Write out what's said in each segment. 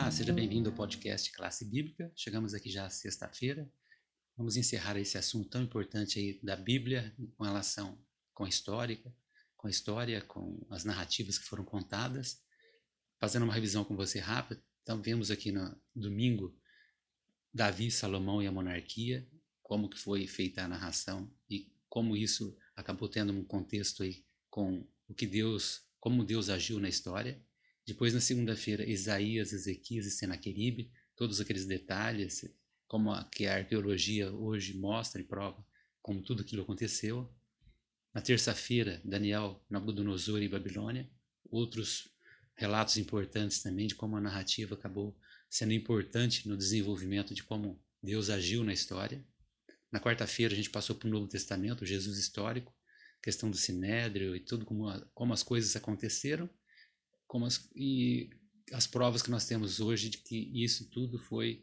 Olá, seja bem-vindo ao podcast Classe Bíblica. Chegamos aqui já sexta-feira. Vamos encerrar esse assunto tão importante aí da Bíblia com relação com a história, com as narrativas que foram contadas. Fazendo uma revisão com você rápida, então vemos aqui no domingo Davi, Salomão e a monarquia, como que foi feita a narração e como isso acabou tendo um contexto aí com o que como Deus agiu na história. Depois, na segunda-feira, Isaías, Ezequias e Senaqueribe, todos aqueles detalhes, como que a arqueologia hoje mostra e prova como tudo aquilo aconteceu. Na terça-feira, Daniel, Nabucodonosor e Babilônia, outros relatos importantes também de como a narrativa acabou sendo importante no desenvolvimento de como Deus agiu na história. Na quarta-feira, a gente passou para o Novo Testamento, Jesus histórico, questão do Sinédrio e tudo como as coisas aconteceram, e as provas que nós temos hoje de que isso tudo foi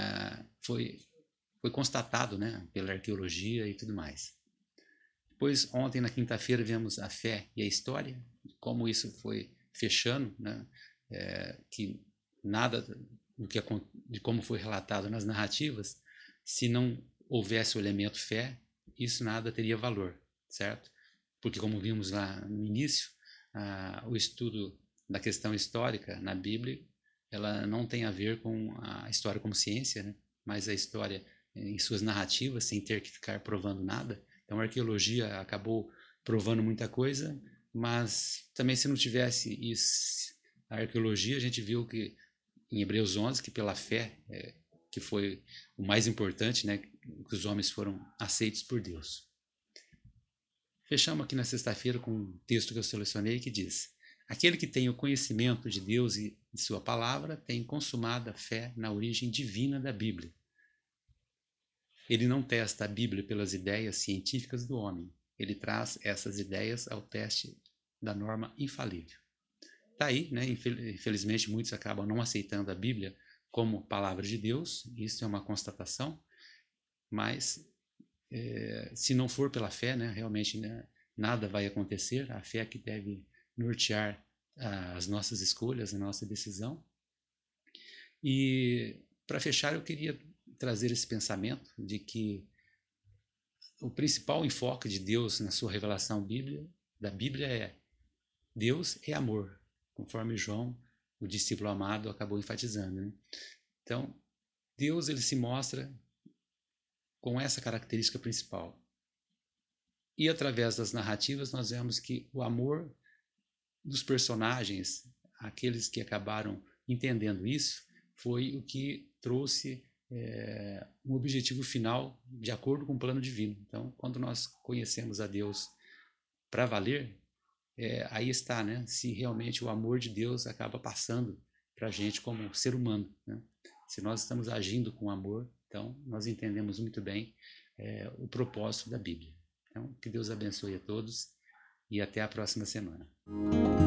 constatado, né, pela arqueologia e tudo mais. Depois, ontem, na quinta-feira, vemos a fé e a história, como isso foi fechando, né, que nada de como foi relatado nas narrativas, se não houvesse o elemento fé, isso nada teria valor, certo? Porque, como vimos lá no início, o estudo da questão histórica na Bíblia, ela não tem a ver com a história como ciência, né? Mas a história em suas narrativas, sem ter que ficar provando nada. Então a arqueologia acabou provando muita coisa, mas também se não tivesse isso, a arqueologia, a gente viu que em Hebreus 11, que pela fé, que foi o mais importante, né? Que os homens foram aceitos por Deus. Fechamos aqui na sexta-feira com um texto que eu selecionei que diz: aquele que tem o conhecimento de Deus e de sua palavra tem consumada fé na origem divina da Bíblia. Ele não testa a Bíblia pelas ideias científicas do homem. Ele traz essas ideias ao teste da norma infalível. Está aí, né? Infelizmente, muitos acabam não aceitando a Bíblia como palavra de Deus. Isso é uma constatação. Mas, se não for pela fé, né, realmente, né, nada vai acontecer. A fé que deve nortear as nossas escolhas, a nossa decisão. E, para fechar, eu queria trazer esse pensamento de que o principal enfoque de Deus na sua revelação da Bíblia é: Deus é amor, conforme João, o discípulo amado, acabou enfatizando, né? Então, Deus, ele se mostra com essa característica principal. E através das narrativas nós vemos que o amor dos personagens, aqueles que acabaram entendendo isso, foi o que trouxe um objetivo final de acordo com o plano divino. Então, quando nós conhecemos a Deus para valer, aí está, né? Se realmente o amor de Deus acaba passando para a gente como ser humano, né? Se nós estamos agindo com amor, então nós entendemos muito bem o propósito da Bíblia. Então, que Deus abençoe a todos e até a próxima semana.